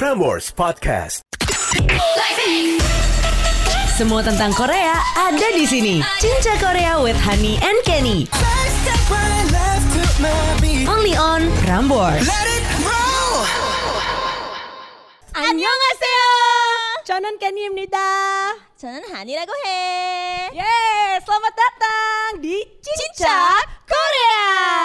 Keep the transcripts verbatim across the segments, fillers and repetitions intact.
Prambors Podcast. Semua tentang Korea ada di sini. Cinca Korea with Hani and Kenny. Only on Prambors. 안녕하세요. 저는 Kenny입니다. 저는 한이라고 해. Yeay, selamat datang di Cinca Korea.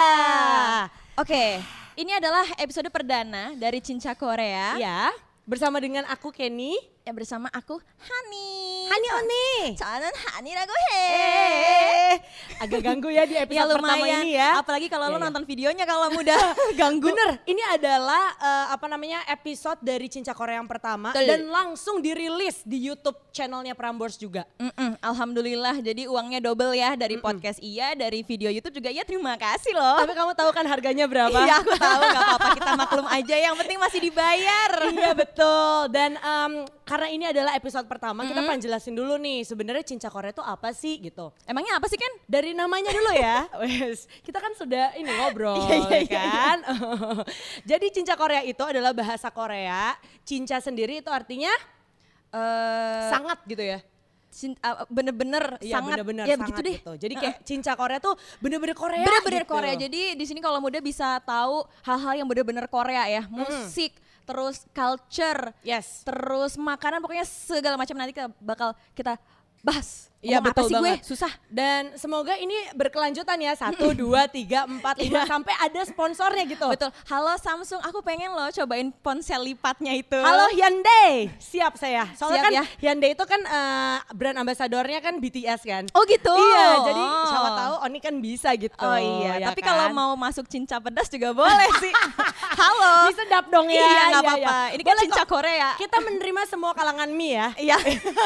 Oke, ini adalah episode perdana dari Cinca Korea. Ya, bersama dengan aku Kenny. Ya bersama aku Hani. Hani Oni. 저는 한이라고 해. Eh, agak ganggu ya di episode Ya pertama lumayan. ini ya. Apalagi kalau Ya, lo ya. nonton videonya kalau mudah ganggu. Bener, ini adalah uh, apa namanya episode dari Cinca Korea yang pertama. Betul. Dan langsung dirilis di YouTube channelnya Prambors juga. Mm-mm, Alhamdulillah, jadi uangnya double ya dari Mm-mm. podcast iya, dari video YouTube juga iya. Terima kasih loh. Tapi kamu tahu kan harganya berapa? Iya aku tahu, gak apa-apa, kita maklum aja. Yang penting masih dibayar. Iya betul. Dan um, karena ini adalah episode pertama, mm-hmm. kita pengen jelasin dulu nih sebenarnya Cinca Korea itu apa sih gitu. Emangnya apa sih Ken? Dari namanya dulu ya. Wes, kita kan sudah ini ngobrol Iya, iya, iya, kan. Jadi Cinca Korea itu adalah bahasa Korea. Cinca sendiri itu artinya Uh, sangat gitu ya. Cin- uh, bener-bener Iya, sangat bener-bener ya sangat begitu deh. gitu. Jadi kayak Cinca Korea tuh bener-bener Korea. Bener-bener gitu. Korea. Jadi di sini kalau muda bisa tahu hal-hal yang bener-bener Korea ya, musik, mm. terus culture, yes, terus makanan, pokoknya segala macam nanti kita bakal kita bahas. Iya Ngomong betul apa sih banget. gue? Susah. Dan semoga ini berkelanjutan ya. Satu, dua, tiga, empat, lima. Sampai ada sponsornya gitu. Betul. Halo Samsung, aku pengen loh cobain ponsel lipatnya itu. Halo Hyundai. Siap saya. Soalnya Siap kan ya. Hyundai itu kan uh, brand ambasadornya kan B T S kan. Oh gitu? Iya, jadi siapa tahu Oni kan bisa gitu. Oh iya, ya tapi kan? kalau mau masuk Cinca pedas juga boleh sih. Halo. Disedap dong ya. Iya, nggak iya, apa-apa. iya. Ini kan Boleh Cinca kok. Korea. Kita menerima semua kalangan mie ya. Iya.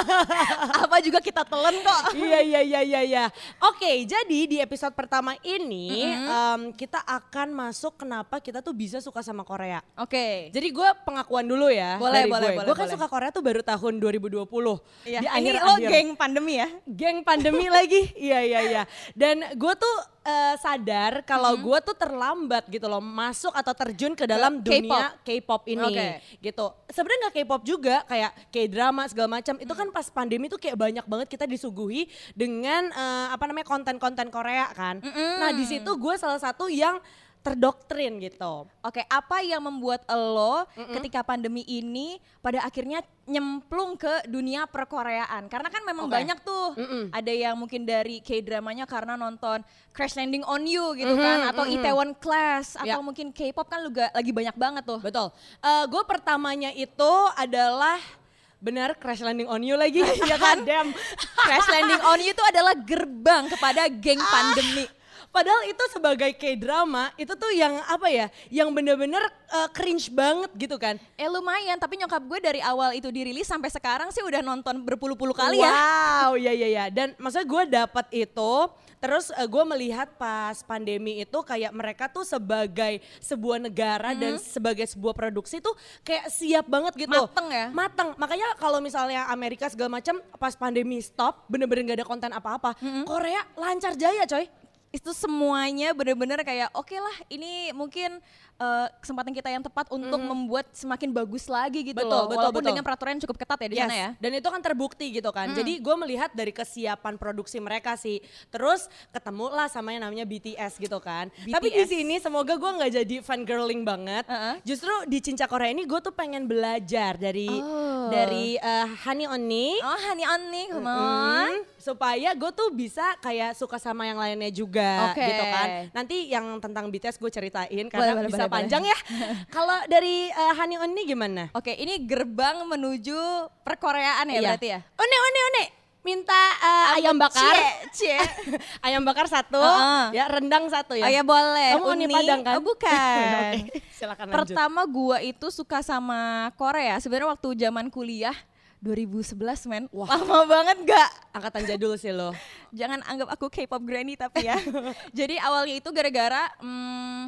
Apa juga kita telan kok. Iya iya iya iya iya. Oke, jadi di episode pertama ini Mm-hmm. um, kita akan masuk kenapa kita tuh bisa suka sama Korea. Oke. Jadi gue pengakuan dulu ya. Boleh, dari boleh, gue. boleh, Gue kan boleh. suka Korea tuh baru tahun dua ribu dua puluh. Iya. Di Ini akhir, lo akhir. geng pandemi ya? Geng pandemi lagi. Iya iya iya. Dan gue tuh uh, sadar kalau Mm-hmm. gue tuh terlambat gitu loh masuk atau terjun ke dalam Ke dunia K-pop ini. Oke. Gitu. Sebenarnya nggak K-pop juga, kayak K-drama segala macam. Itu kan pas pandemi tuh kayak banyak banget kita disuguhi dengan uh, apa namanya konten-konten Korea kan. Mm-mm. Nah di situ gue salah satu yang terdoktrin gitu. Oke, apa yang membuat lo Mm-mm. ketika pandemi ini pada akhirnya nyemplung ke dunia perkoreaan? Karena kan memang Oke. banyak tuh, Mm-mm. ada yang mungkin dari K-dramanya karena nonton Crash Landing on You gitu Mhm, kan, atau mhm. Itaewon Class, atau Ya. mungkin K-pop kan juga lagi banyak banget tuh. Betul. gue pertamanya itu adalah benar Crash Landing on You lagi. Iya kan? Damn. Crash Landing on You itu adalah gerbang kepada geng pandemi. Padahal itu sebagai K-drama itu tuh yang apa ya, yang bener-bener uh, cringe banget gitu kan. Eh lumayan, tapi nyokap gue dari awal itu dirilis sampai sekarang sih udah nonton berpuluh-puluh kali ya. Wow, iya iya iya. Dan maksudnya gue dapat itu, terus uh, gue melihat pas pandemi itu kayak mereka tuh sebagai sebuah negara Hmm. dan sebagai sebuah produksi tuh kayak siap banget gitu. Mateng ya? Mateng. Makanya kalau misalnya Amerika segala macam pas pandemi stop, bener-bener gak ada konten apa-apa. Hmm. Korea lancar jaya coy. Itu semuanya benar-benar kayak oke lah, ini mungkin uh, kesempatan kita yang tepat untuk Mhm. membuat semakin bagus lagi gitu Betul, loh. betul, Walaupun betul. dengan peraturan yang cukup ketat ya di Yes, sana ya. dan itu kan terbukti gitu kan. Mm. Jadi gue melihat dari kesiapan produksi mereka sih. Terus ketemulah sama yang namanya B T S gitu kan. B T S. Tapi di sini semoga gue nggak jadi fangirling banget. Uh-uh. Justru di Cinca Korea ini gue tuh pengen belajar dari Oh. dari uh, Hani Oni. Oh, Hani Oni, come on. Mm, supaya gue tuh bisa kayak suka sama yang lainnya juga Oke. gitu kan. Nanti yang tentang B T S gue ceritain karena boleh, bisa boleh, panjang ya. Kalau dari uh, Hani Oni gimana? Oke, ini gerbang menuju perkoreaan ya Iya. berarti ya? One one one. Minta uh, ayam bakar. Cie, cie. Ayam bakar satu, Uh-uh. ya rendang satu ya. Oh ya boleh. Kamu Uni Uni Padang kan? Oh, bukan. Oke, silakan lanjut. Pertama gua itu suka sama Korea. Sebenarnya waktu zaman kuliah dua ribu sebelas men. Wah. Lama banget gak? Angkatan jadul sih lo. Jangan anggap aku K-pop granny tapi ya. Jadi awalnya itu gara-gara hmm,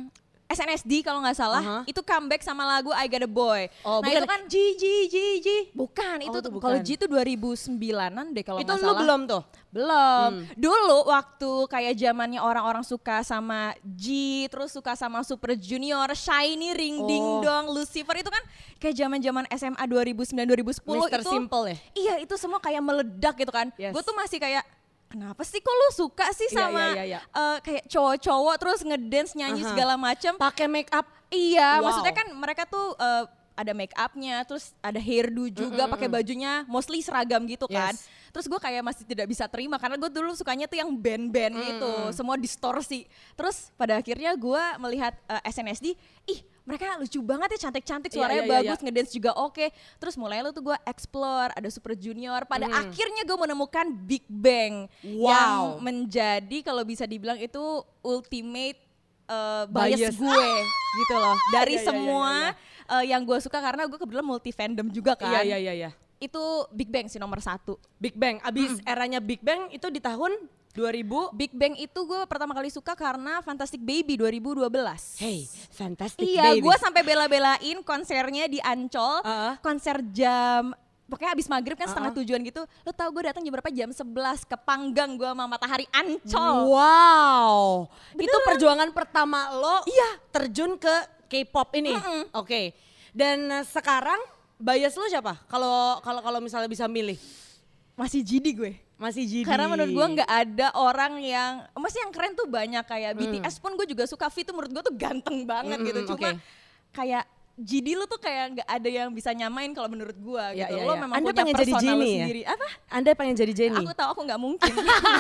S N S D kalau nggak salah, Uh-huh. itu comeback sama lagu I Got a Boy. Oh, nah bukan itu kan G G G G. bukan, itu Oh, tuh itu kalau bukan. G itu dua ribu sembilanan deh kalau Itu nggak lu salah. belum tuh? Belum. Hmm. Dulu waktu kayak zamannya orang-orang suka sama G, terus suka sama Super Junior, Shiny, Ring Ding Oh. Dong, Lucifer itu kan kayak zaman-zaman S M A dua ribu sembilan dua ribu sepuluh Mister itu. Simple ya? Iya, itu semua kayak meledak gitu kan. Yes. Gue tuh masih kayak kenapa sih kok lu suka sih Iya, sama iya, iya, iya. eh, kayak cowok-cowok terus ngedance nyanyi Aha. segala macem. Pakai make up. Iya, Wow. maksudnya kan mereka tuh eh, ada make upnya, terus ada hairdo juga, Mm-mm, pakai bajunya mostly seragam gitu kan. Yes. Terus gue kayak masih tidak bisa terima karena gue dulu sukanya tuh yang band-band gitu, semua distorsi. Terus pada akhirnya gue melihat eh, S N S D, ih mereka lucu banget ya, cantik-cantik, Iya, suaranya iya, iya, bagus, iya. ngedance juga oke. Terus mulai lo tuh gue explore, ada Super Junior. Pada Mm. akhirnya gue menemukan Big Bang yang Wow. menjadi kalau bisa dibilang itu ultimate uh, Bias. bias gue gitu loh. Dari Iya, iya, iya, semua iya, uh, yang gue suka karena gue kebetulan multi fandom juga kan. Iya, iya, iya, iya. Itu Big Bang sih nomor satu. Big Bang, abis eranya Big Bang itu di tahun dua ribu. Big Bang itu gue pertama kali suka karena Fantastic Baby dua ribu dua belas. Hey, fantastic Iya, baby. gue sampai bela-belain konsernya di Ancol, Uh-uh. konser jam pokoknya abis maghrib kan setengah Uh-uh. tujuan gitu. Lo tau gue datang jam berapa? Jam sebelas ke Panggang gue sama Matahari Ancol. Wow, itu perjuangan pertama lo Iya. terjun ke K-pop ini. Mm-mm. Oke. Dan uh, sekarang bias lo siapa? Kalau kalau kalau misalnya bisa milih, Masih jidi gue. masih G D. Karena menurut gue nggak ada orang yang, masih yang keren tuh banyak kayak B T S Hmm. pun gue juga suka. V tuh menurut gue tuh ganteng banget Mm, gitu. mm, Cuma oke. kayak G D lu tuh kayak nggak ada yang bisa nyamain kalau menurut gue Ya, gitu. ya, Lo ya. memang Anda punya pengen jadi persona lo Jennie ya? sendiri. Apa? Anda pengen jadi Jennie? Aku tahu aku nggak mungkin.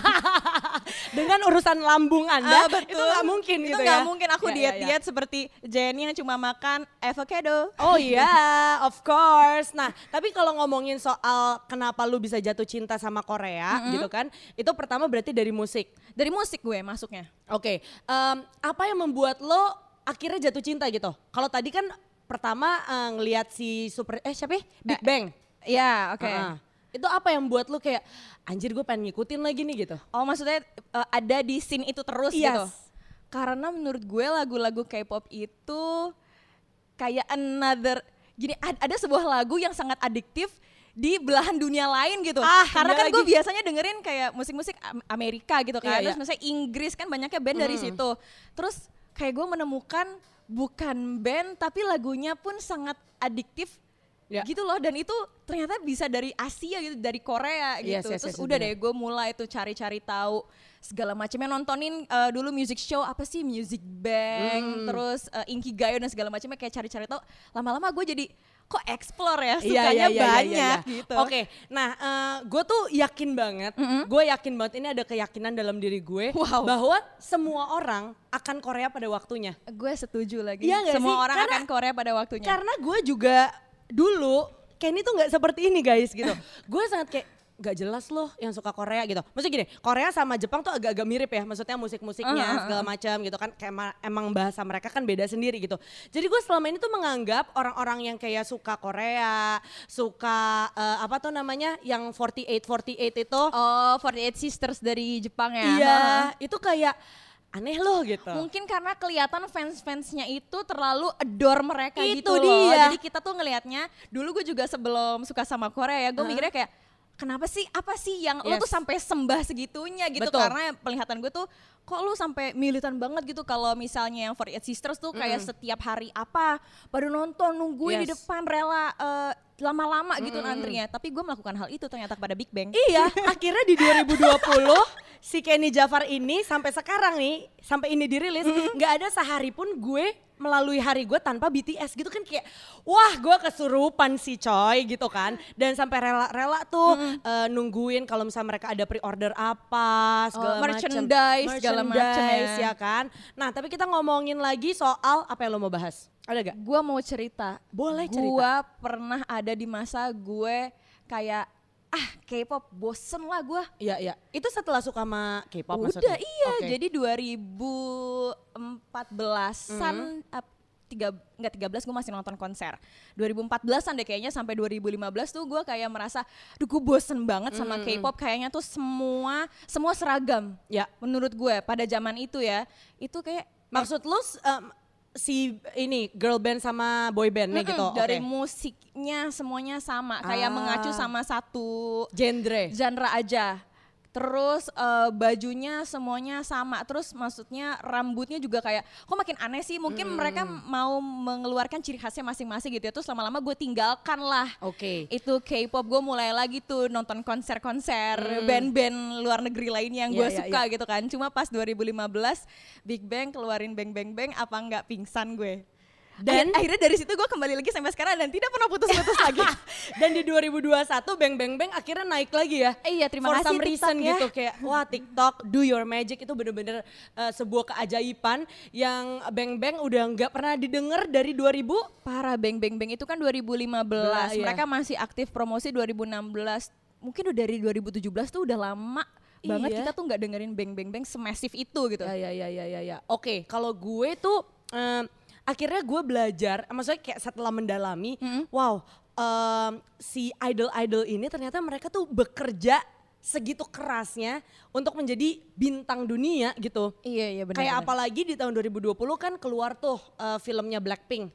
Dengan urusan lambung Anda, Ah, betul. itu nggak mungkin Itu gitu nggak ya? mungkin aku Ya, ya, ya. diet-diet seperti Jennie yang cuma makan avocado. Oh iya, of course. Nah, tapi kalau ngomongin soal kenapa lu bisa jatuh cinta sama Korea gitu kan, itu pertama berarti dari musik. Dari musik gue masuknya. Oke, em, apa yang membuat lo akhirnya jatuh cinta gitu? Kalau tadi kan pertama eh, ngelihat si super, eh siapa ya? Big Eh, Bang. Ya, oke. Heeh. Itu apa yang buat lo kayak, anjir gue pengen ngikutin lagi nih gitu? Oh maksudnya eh, ada di scene itu terus Yes. gitu? Karena menurut gue lagu-lagu K-pop itu kayak another, gini ad- ada sebuah lagu yang sangat adiktif di belahan dunia lain gitu. Ah, Karena iya kan gue lagi. biasanya dengerin kayak musik-musik Am- Amerika gitu kan. Iya, Terus iya. misalnya Inggris kan banyaknya band dari Mm. situ. Terus kayak gue menemukan bukan band tapi lagunya pun sangat adiktif. Ya. Gitu loh, dan itu ternyata bisa dari Asia gitu, dari Korea Yes, gitu. yes, Terus yes, udah bener. deh gue mulai tuh cari-cari tahu segala macamnya, nontonin eh, dulu music show apa sih Music Bank, Hmm. terus eh, Inkigayo dan segala macamnya, kayak cari-cari tahu. Lama-lama gue jadi kok explore ya, Iya, sukanya iya, iya, iya, banyak iya. gitu. Oke, nah gue tuh yakin banget, gue yakin banget ini ada keyakinan dalam diri gue Wow. bahwa semua orang akan Korea pada waktunya. Gue setuju lagi. Iya nggak Semua sih? orang Karena- akan Korea pada waktunya. Karena gue juga dulu Kenny tuh nggak seperti ini guys gitu. Gue sangat kayak gak jelas loh yang suka Korea gitu. Maksudnya gini, Korea sama Jepang tuh agak-agak mirip ya. Maksudnya musik-musiknya Uh, uh, uh. segala macam gitu kan. Kayak ema- emang bahasa mereka kan beda sendiri gitu. Jadi gue selama ini tuh menganggap orang-orang yang kayak suka Korea, suka eh, apa tuh namanya yang empat delapan empat delapan itu. Oh, empat delapan Sisters dari Jepang ya. Iya, itu kayak aneh loh gitu. Mungkin karena kelihatan fans-fansnya itu terlalu adore mereka Itu gitu loh. dia. Jadi kita tuh ngelihatnya, dulu gue juga sebelum suka sama Korea ya, gue Hah? mikirnya kayak kenapa sih, apa sih yang lo Yes. tuh sampai sembah segitunya gitu. Betul. Karena penglihatan gue tuh kok lu sampai militan banget gitu, kalau misalnya yang empat delapan Sisters tuh kayak setiap hari apa pada nonton, nungguin di Yes. depan, rela eh, lama-lama gitu antrinya. Tapi gue melakukan hal itu ternyata pada Big Bang. Iya, akhirnya di dua ribu dua puluh si Kenny Jafar ini sampai sekarang nih, sampai ini dirilis, nggak ada sehari pun gue melalui hari gue tanpa B T S gitu kan, kayak wah gue kesurupan sih coy gitu kan. Dan sampai rela-rela tuh eh, nungguin kalau misalnya mereka ada pre-order apa segala Oh, macam. merchandise, segala macam Merchandise, ya. ya kan. Nah tapi kita ngomongin lagi soal apa yang lo mau bahas, ada gak? Gue mau cerita. Boleh cerita. Gue pernah ada di masa gue kayak ah K-pop bosen lah gue. Iya iya, itu setelah suka sama K-pop Udah maksudnya? iya, Oke. jadi dua ribu empat belasan ap- tiga enggak tiga belas gue masih nonton konser. dua ribu empat belasan deh kayaknya, sampai dua ribu lima belas tuh gue kayak merasa duh gue bosen banget sama K-pop, kayaknya tuh semua semua seragam. Ya. Menurut gue pada zaman itu ya, itu kayak Maksud lu s- em, si ini girl band sama boy bandnya Mm-mm, gitu. dari Oke. musiknya semuanya sama, kayak Ah. mengacu sama satu Genre. genre aja. Terus eh, bajunya semuanya sama. Terus maksudnya rambutnya juga kayak kok makin aneh sih. Mungkin Hmm. mereka mau mengeluarkan ciri khasnya masing-masing gitu ya. Terus lama-lama gue tinggalkan lah. Oke. Itu K-pop, gue mulai lagi tuh nonton konser-konser Hmm. band-band luar negeri lainnya yang gue Iya, iya, suka gitu kan. Cuma pas dua ribu lima belas Big Bang keluarin Bang Bang Bang, apa nggak pingsan gue. Dan- Dan akhirnya dari situ gue kembali lagi sampai sekarang dan tidak pernah putus-putus lagi. Dan di dua ribu dua puluh satu Bang Bang Bang akhirnya naik lagi ya. Eh, iya, terima For kasih some TikTok reason ya. gitu kayak wah TikTok do your magic itu bener-bener uh, sebuah keajaiban yang Bang Bang udah nggak pernah didengar dari dua ribu. Parah, Bang Bang Bang itu kan dua ribu lima belas. Belah, iya. Mereka masih aktif promosi dua ribu enam belas. Mungkin udah dari dua ribu tujuh belas tuh udah lama banget Iya. kita tuh nggak dengerin Bang Bang Bang semasif itu gitu. Ya ya ya ya ya ya. Oke, kalau gue tuh um, akhirnya gue belajar, maksudnya kayak setelah mendalami, Mm-mm. wow, um, si idol-idol ini ternyata mereka tuh bekerja segitu kerasnya untuk menjadi bintang dunia gitu. Iya iya benar. Kayak apalagi di tahun dua ribu dua puluh kan keluar tuh uh, filmnya Blackpink.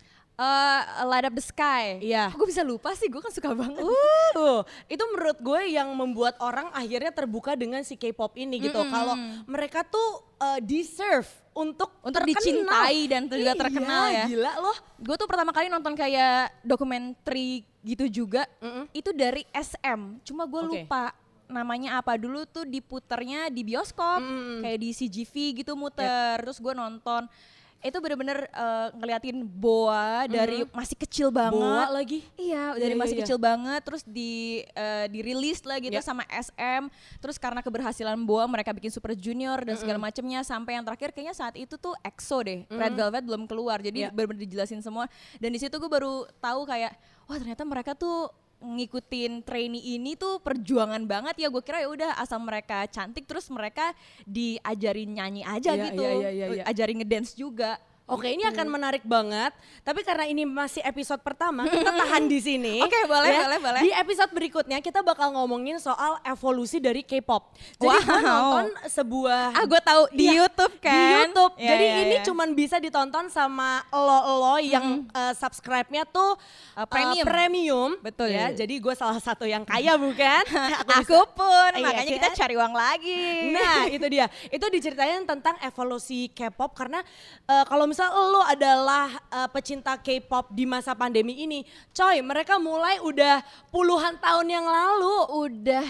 Eh, Light Up the Sky. Iya. Gue bisa lupa sih, gue kan suka banget. Uh, itu menurut gue yang membuat orang akhirnya terbuka dengan si K-pop ini gitu. Mm-mm. Kalau mereka tuh uh, deserve untuk Untuk terkenal. dicintai dan juga Iya, terkenal ya. Gila loh. Gue tuh pertama kali nonton kayak dokumenter gitu juga, Mm-mm. itu dari S M. Cuma gue Oke. lupa namanya apa. Dulu tuh diputernya di bioskop, Mm-mm. kayak di C G V gitu muter. Terus gue nonton. Itu bener-bener eh, ngeliatin Boa dari masih kecil banget. Boa lagi. Iya, Iya, dari iya, masih iya. kecil banget, terus di eh, dirilis lah gitu Iya. sama S M. Terus karena keberhasilan Boa, mereka bikin Super Junior dan segala macamnya, sampai yang terakhir kayaknya saat itu tuh EXO deh, Red Velvet belum keluar. Jadi Iya. benar-benar dijelasin semua. Dan di situ gue baru tahu kayak, wah ternyata mereka tuh ngikutin trainee ini tuh perjuangan banget ya. Gue kira ya udah asal mereka cantik terus mereka diajarin nyanyi aja Iya, gitu, iya, iya, iya, iya. ajarin ngedance juga. Oke, ini akan menarik banget. Tapi karena ini masih episode pertama, kita tahan di sini. Oke, boleh, boleh, boleh. Di episode berikutnya kita bakal ngomongin soal evolusi dari K-pop. Jadi gue Wow. nonton sebuah Ah gue tahu di Iya, YouTube kan. Di YouTube. Ya, Jadi ya, ini ya. cuman bisa ditonton sama lo-lo yang uh, subscribe-nya tuh Uh, uh, premium. premium. Betul. Ya, jadi gue salah satu yang kaya bukan? Aku pun, Iya, makanya kita kan? cari uang lagi. Nah itu dia, itu diceritain tentang evolusi K-pop karena uh, kalau misal lo adalah uh, pecinta K-pop di masa pandemi ini, coy mereka mulai udah puluhan tahun yang lalu. Udah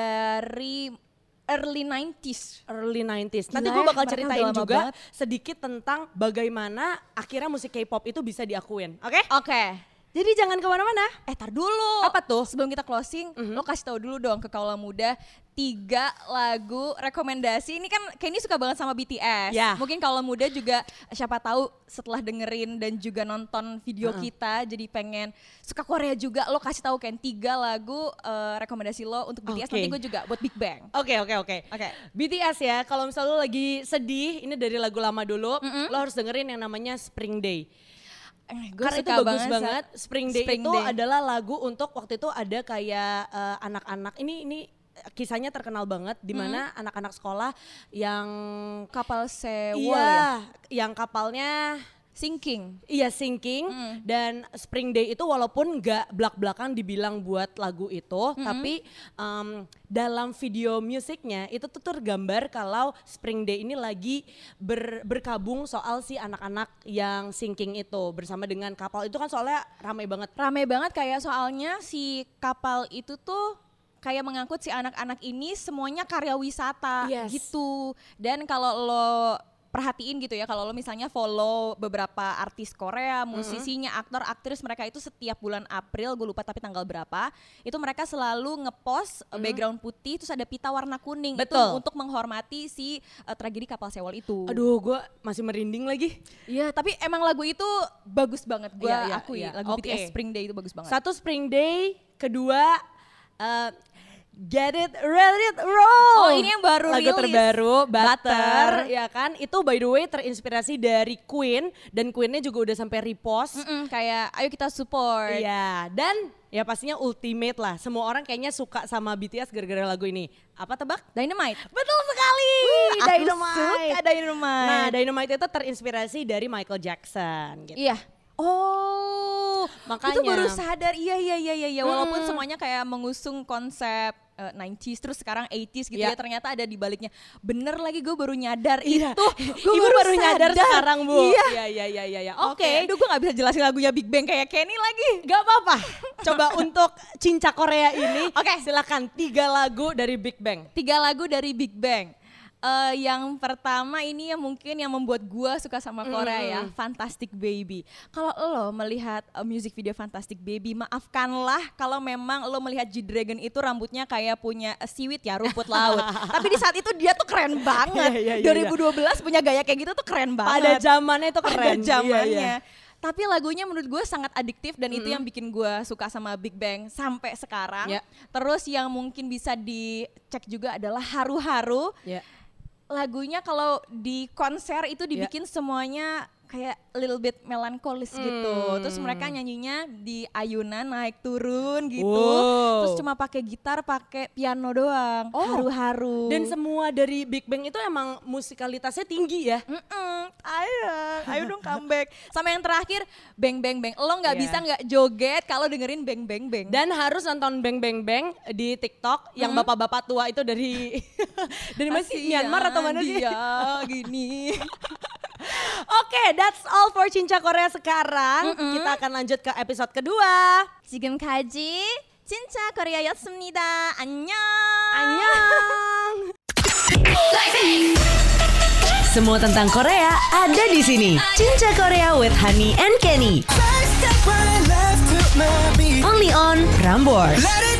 dari early nineties. Early nineties. Nanti Gila gue ya, bakal mereka ceritain udah lama juga banget. sedikit tentang bagaimana akhirnya musik K-pop itu bisa diakuin. Oke? Oke. Jadi jangan kemana-mana. Eh tar dulu. Apa tuh? Sebelum kita closing, lo kasih tahu dulu dong ke kaula muda tiga lagu rekomendasi. Ini kan Kenny suka banget sama B T S. Ya. Mungkin kaula muda juga siapa tahu setelah dengerin dan juga nonton video kita jadi pengen suka Korea juga. Lo kasih tahu Ken tiga lagu eh, rekomendasi lo untuk B T S. Oke. Nanti gue juga buat Big Bang. Oke oke oke. Oke. B T S ya, kalau misalnya lo lagi sedih, ini dari lagu lama dulu, lo harus dengerin yang namanya Spring Day. Eh, gue Karena itu suka bagus banget, banget. Sa- Spring Day Spring itu Day. adalah lagu untuk waktu itu ada kayak eh, anak-anak. Ini ini kisahnya terkenal banget di mana anak-anak sekolah yang kapal Sewol iya, ya. yang kapalnya Sinking. iya sinking dan Spring Day itu walaupun nggak belak-belakan dibilang buat lagu itu, tapi em, dalam video musiknya itu tuh tergambar kalau Spring Day ini lagi ber- berkabung soal si anak-anak yang sinking itu bersama dengan kapal itu kan soalnya ramai banget. Rame banget kayak soalnya si kapal itu tuh kayak mengangkut si anak-anak ini semuanya karya wisata Yes. gitu. Dan kalau lo perhatiin gitu ya, kalau lo misalnya follow beberapa artis Korea, musisinya, aktor, aktris, mereka itu setiap bulan April, gue lupa tapi tanggal berapa, itu mereka selalu ngepost uh, background putih terus ada pita warna kuning. Itu Betul. untuk menghormati si uh, tragedi kapal Sewol itu. Aduh, gue masih merinding lagi. Iya, tapi emang lagu itu bagus banget, gue Iya, iya, akui. iya. Lagu Oke. B T S Spring Day itu bagus banget. Satu Spring Day, kedua eh, Get It, Let It Roll. Oh ini yang baru lagu rilis. terbaru Butter, Butter. ya kan? Itu by the way terinspirasi dari Queen dan Queennya juga udah sampai repost. Mm-mm, kayak ayo kita support. Iya, dan ya pastinya ultimate lah. Semua orang kayaknya suka sama B T S gara-gara lagu ini. Apa tebak? Dynamite. Betul sekali. Aku Dynamite. suka Dynamite. Nah, Dynamite itu terinspirasi dari Michael Jackson gitu. Iya. Oh, Makanya. itu baru sadar. Iya iya iya iya. iya. Walaupun Hmm. semuanya kayak mengusung konsep uh, sembilan puluhan terus sekarang delapan puluhan gitu Iya. ya. Ternyata ada di baliknya. Bener lagi gue baru nyadar Iya. itu. Gue Ibu baru nyadar sekarang, Bu. Iya. Iya, iya, iya, iya. iya. Oke. Oke. Aduh gue gak bisa jelasin lagunya Big Bang kayak Kenny lagi. Gak apa-apa. Coba untuk Cinca Korea ini, Oke. silakan tiga lagu dari Big Bang. Tiga lagu dari Big Bang. Eh, yang pertama ini yang mungkin yang membuat gua suka sama Korea ya, Fantastic Baby. Kalau lo melihat uh, music video Fantastic Baby, maafkanlah kalau memang lo melihat G-Dragon itu rambutnya kayak punya uh, seaweed ya, rumput laut. Tapi di saat itu dia tuh keren banget. Iya, iya, iya, dua ribu dua belas punya gaya kayak gitu tuh keren banget. Pada zamannya itu keren. Pada zamannya. Iya, iya. Tapi lagunya menurut gue sangat adiktif dan itu yang bikin gue suka sama Big Bang sampai sekarang. Ya. Terus yang mungkin bisa dicek juga adalah Haru-Haru. Ya. Lagunya kalau di konser itu dibikin semuanya kayak little bit melankolis gitu. Terus mereka nyanyinya di ayunan naik turun gitu. Wow. Terus cuma pakai gitar, pakai piano doang. Oh. Haru-haru. Dan semua dari Big Bang itu emang musikalitasnya tinggi ya. Mm-mm, ayo, ayo dong comeback. Sama yang terakhir, Bang Bang Bang. Lo nggak Iya. bisa nggak joget kalau dengerin Bang Bang Bang. Dan harus nonton Bang Bang Bang di TikTok yang bapak-bapak tua itu dari dari mana sih? Kasian Myanmar atau mana sih? dia gini. Oke, that's all for Cinca Korea sekarang. Kita akan lanjut ke episode kedua. 지금까지 진짜 코리아였습니다. 안녕. Annyeong. Semua tentang Korea ada di sini. Cinca Korea with Hani and Kenny. Only on Prambors.